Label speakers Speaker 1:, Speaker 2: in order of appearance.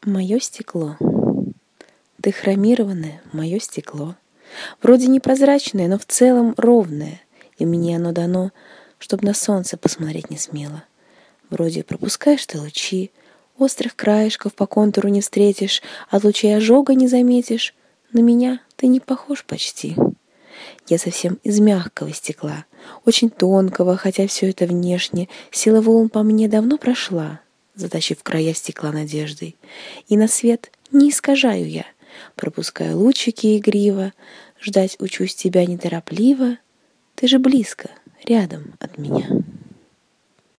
Speaker 1: Мое стекло. Ты хромированное, мое стекло. Вроде непрозрачное, но в целом ровное. И мне оно дано, чтоб на солнце посмотреть не смело. Вроде пропускаешь ты лучи, острых краешков по контуру не встретишь, от лучей ожога не заметишь. На меня ты не похож почти. Я совсем из мягкого стекла, очень тонкого, хотя все это внешне. Сила волн по мне давно прошла, затащив края стекла надеждой. И на свет не искажаю я, пропускаю лучики игриво, ждать учусь тебя неторопливо. Ты же близко, рядом от меня.